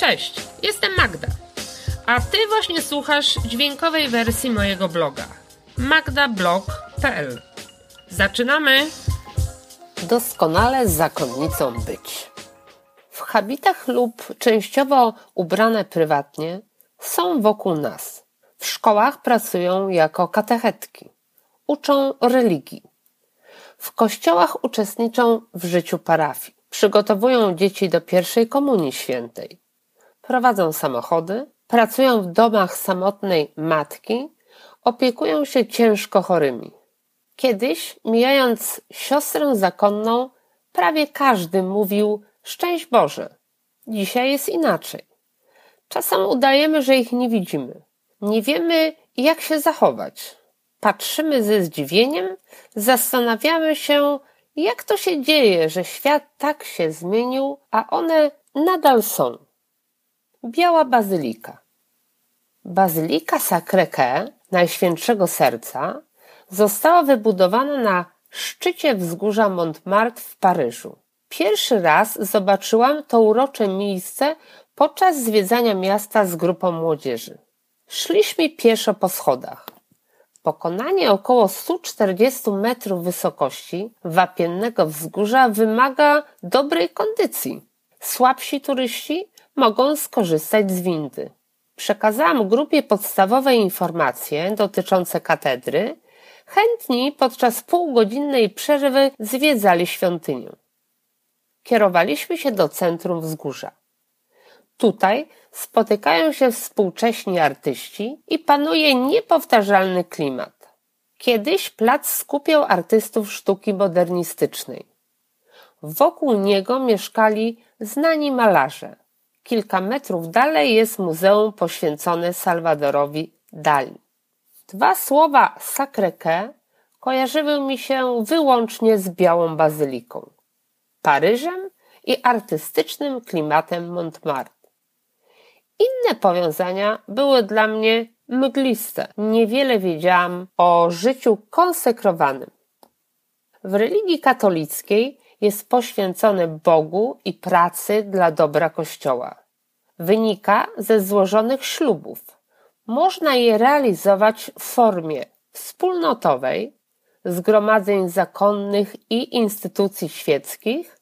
Cześć, jestem Magda, a Ty właśnie słuchasz dźwiękowej wersji mojego bloga magdablog.pl. Zaczynamy! Doskonale zakonnicą być. W habitach lub częściowo ubrane prywatnie są wokół nas. W szkołach pracują jako katechetki. Uczą religii. W kościołach uczestniczą w życiu parafii. Przygotowują dzieci do pierwszej komunii świętej. Prowadzą samochody, pracują w domach samotnej matki, opiekują się ciężko chorymi. Kiedyś, mijając siostrę zakonną, prawie każdy mówił szczęść Boże. Dzisiaj jest inaczej. Czasem udajemy, że ich nie widzimy. Nie wiemy, jak się zachować. Patrzymy ze zdziwieniem, zastanawiamy się, jak to się dzieje, że świat tak się zmienił, a one nadal są. Biała bazylika. Bazylika Sacré-Cœur, Najświętszego Serca, została wybudowana na szczycie wzgórza Montmartre w Paryżu. Pierwszy raz zobaczyłam to urocze miejsce podczas zwiedzania miasta z grupą młodzieży. Szliśmy pieszo po schodach. Pokonanie około 140 metrów wysokości wapiennego wzgórza wymaga dobrej kondycji. Słabsi turyści mogą skorzystać z windy. Przekazałam grupie podstawowe informacje dotyczące katedry. Chętni podczas półgodzinnej przerwy zwiedzali świątynię. Kierowaliśmy się do centrum wzgórza. Tutaj spotykają się współcześni artyści i panuje niepowtarzalny klimat. Kiedyś plac skupiał artystów sztuki modernistycznej. Wokół niego mieszkali znani malarze. Kilka metrów dalej jest muzeum poświęcone Salvadorowi Dali. Dwa słowa Sacré-Cœur kojarzyły mi się wyłącznie z białą bazyliką, Paryżem i artystycznym klimatem Montmartre. Inne powiązania były dla mnie mgliste. Niewiele wiedziałam o życiu konsekrowanym. W religii katolickiej jest poświęcone Bogu i pracy dla dobra Kościoła. Wynika ze złożonych ślubów. Można je realizować w formie wspólnotowej, zgromadzeń zakonnych i instytucji świeckich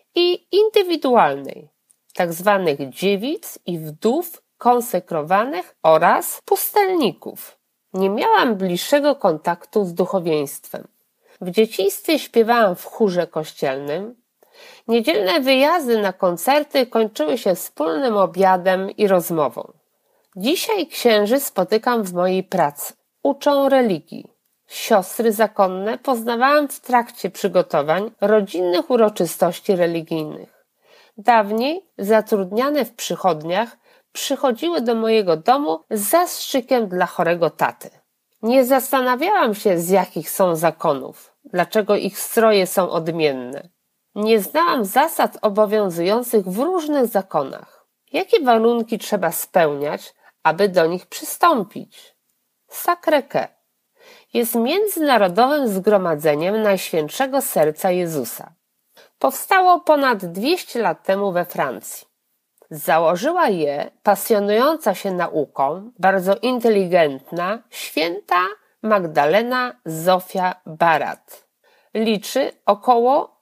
i indywidualnej, tzw. dziewic i wdów konsekrowanych oraz pustelników. Nie miałam bliższego kontaktu z duchowieństwem. W dzieciństwie śpiewałam w chórze kościelnym. Niedzielne wyjazdy na koncerty kończyły się wspólnym obiadem i rozmową. Dzisiaj księży spotykam w mojej pracy. Uczą religii. Siostry zakonne poznawałam w trakcie przygotowań rodzinnych uroczystości religijnych. Dawniej, zatrudniane w przychodniach, przychodziły do mojego domu z zastrzykiem dla chorego taty. Nie zastanawiałam się, z jakich są zakonów, dlaczego ich stroje są odmienne. Nie znałam zasad obowiązujących w różnych zakonach. Jakie warunki trzeba spełniać, aby do nich przystąpić? Sacré-Cœur jest międzynarodowym zgromadzeniem Najświętszego Serca Jezusa. Powstało ponad 200 lat temu we Francji. Założyła je pasjonująca się nauką, bardzo inteligentna święta Magdalena Zofia Barat. Liczy około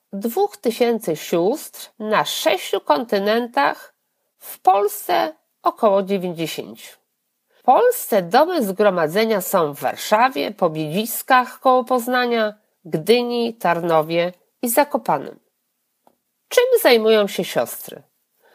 2000 sióstr na 6 kontynentach, w Polsce około 90. W Polsce domy zgromadzenia są w Warszawie, Pobiedziskach koło Poznania, Gdyni, Tarnowie i Zakopanem. Czym zajmują się siostry?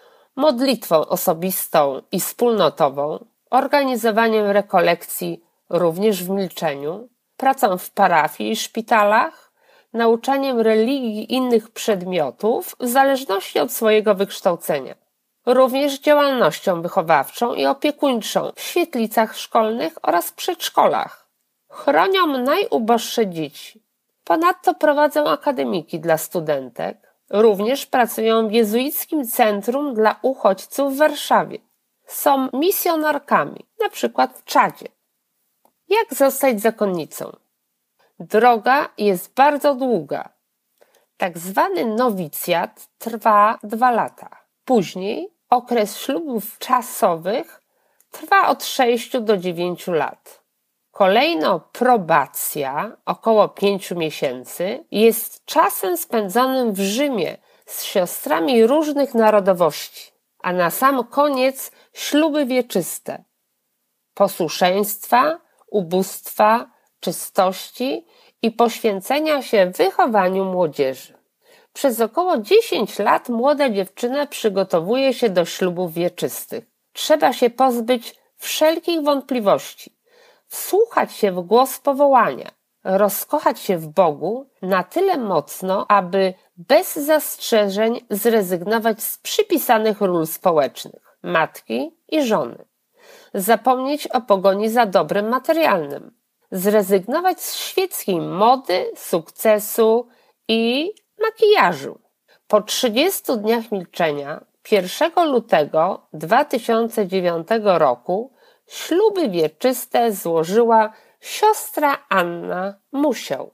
Modlitwą osobistą i wspólnotową, organizowaniem rekolekcji również w milczeniu, pracą w parafii i szpitalach, nauczaniem religii i innych przedmiotów w zależności od swojego wykształcenia. Również działalnością wychowawczą i opiekuńczą w świetlicach szkolnych oraz przedszkolach. Chronią najuboższe dzieci. Ponadto prowadzą akademiki dla studentek. Również pracują w jezuickim centrum dla uchodźców w Warszawie. Są misjonarkami, na przykład w Czadzie. Jak zostać zakonnicą? Droga jest bardzo długa. Tak zwany nowicjat trwa 2 lata. Później Okres ślubów czasowych trwa od 6 do 9 lat. Kolejno probacja, około 5 miesięcy, jest czasem spędzonym w Rzymie z siostrami różnych narodowości, a na sam koniec śluby wieczyste, posłuszeństwa, ubóstwa, czystości i poświęcenia się wychowaniu młodzieży. Przez około 10 lat młoda dziewczyna przygotowuje się do ślubów wieczystych. Trzeba się pozbyć wszelkich wątpliwości, wsłuchać się w głos powołania, rozkochać się w Bogu na tyle mocno, aby bez zastrzeżeń zrezygnować z przypisanych ról społecznych, matki i żony, zapomnieć o pogoni za dobrem materialnym, zrezygnować z świeckiej mody, sukcesu i makijażu. Po 30 dniach milczenia 1 lutego 2009 roku śluby wieczyste złożyła siostra Anna Musioł.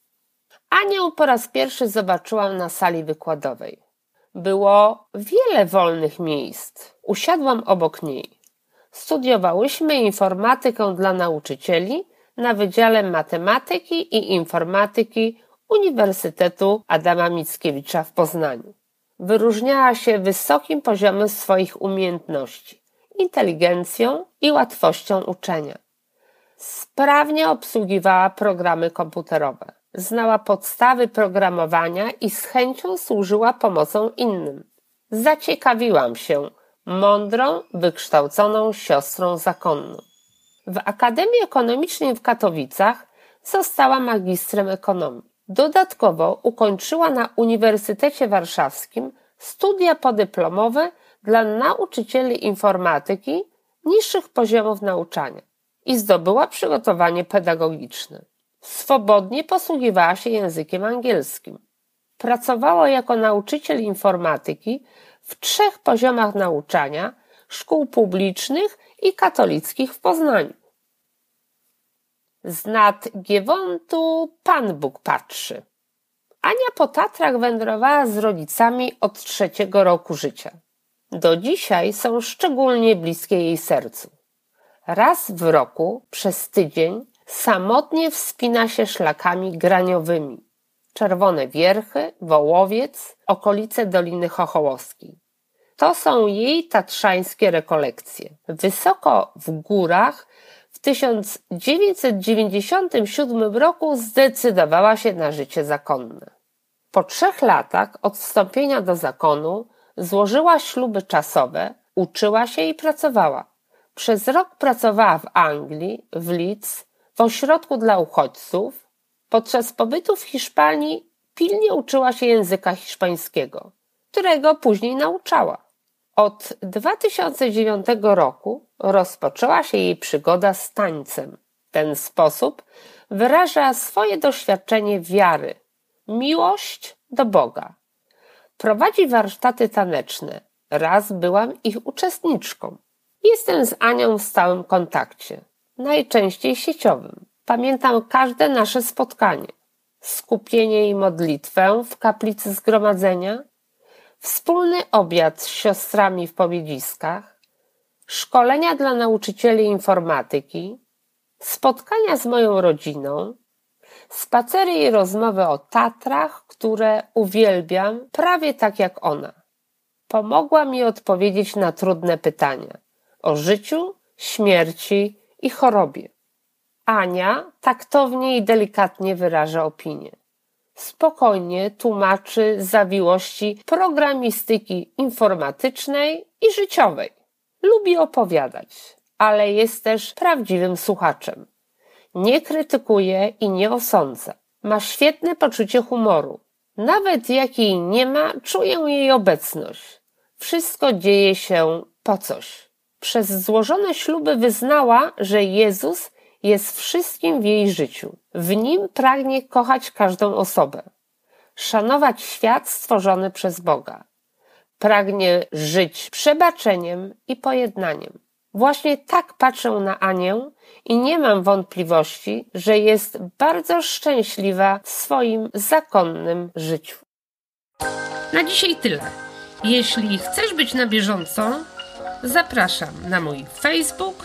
Anię po raz pierwszy zobaczyłam na sali wykładowej. Było wiele wolnych miejsc. Usiadłam obok niej. Studiowałyśmy informatykę dla nauczycieli na Wydziale Matematyki i Informatyki Uniwersytetu Adama Mickiewicza w Poznaniu. Wyróżniała się wysokim poziomem swoich umiejętności, inteligencją i łatwością uczenia. Sprawnie obsługiwała programy komputerowe. Znała podstawy programowania i z chęcią służyła pomocą innym. Zaciekawiłam się mądrą, wykształconą siostrą zakonną. W Akademii Ekonomicznej w Katowicach została magistrem ekonomii. Dodatkowo ukończyła na Uniwersytecie Warszawskim studia podyplomowe dla nauczycieli informatyki niższych poziomów nauczania i zdobyła przygotowanie pedagogiczne. Swobodnie posługiwała się językiem angielskim. Pracowała jako nauczyciel informatyki w 3 poziomach nauczania szkół publicznych i katolickich w Poznaniu. Z nad Giewontu Pan Bóg patrzy. Ania po Tatrach wędrowała z rodzicami od 3. roku życia. Do dzisiaj są szczególnie bliskie jej sercu. Raz w roku, przez tydzień, samotnie wspina się szlakami graniowymi. Czerwone Wierchy, Wołowiec, okolice Doliny Chochołowskiej. To są jej tatrzańskie rekolekcje. Wysoko w górach w 1997 roku zdecydowała się na życie zakonne. Po 3 latach od wstąpienia do zakonu złożyła śluby czasowe, uczyła się i pracowała. Przez rok pracowała w Anglii, w Leeds, w ośrodku dla uchodźców. Podczas pobytu w Hiszpanii pilnie uczyła się języka hiszpańskiego, którego później nauczała. Od 2009 roku rozpoczęła się jej przygoda z tańcem. W ten sposób wyraża swoje doświadczenie wiary, miłość do Boga. Prowadzi warsztaty taneczne. Raz byłam ich uczestniczką. Jestem z Anią w stałym kontakcie, najczęściej sieciowym. Pamiętam każde nasze spotkanie, skupienie i modlitwę w kaplicy zgromadzenia, wspólny obiad z siostrami w Pobiedziskach, szkolenia dla nauczycieli informatyki, spotkania z moją rodziną, spacery i rozmowy o Tatrach, które uwielbiam prawie tak jak ona. Pomogła mi odpowiedzieć na trudne pytania o życiu, śmierci i chorobie. Ania taktownie i delikatnie wyraża opinię. Spokojnie tłumaczy zawiłości programistyki informatycznej i życiowej. Lubi opowiadać, ale jest też prawdziwym słuchaczem. Nie krytykuje i nie osądza. Ma świetne poczucie humoru. Nawet jak jej nie ma, czuję jej obecność. Wszystko dzieje się po coś. Przez złożone śluby wyznała, że Jezus jest wszystkim w jej życiu. W Nim pragnie kochać każdą osobę. Szanować świat stworzony przez Boga. Pragnie żyć przebaczeniem i pojednaniem. Właśnie tak patrzę na Anię i nie mam wątpliwości, że jest bardzo szczęśliwa w swoim zakonnym życiu. Na dzisiaj tyle. Jeśli chcesz być na bieżąco, zapraszam na mój Facebook,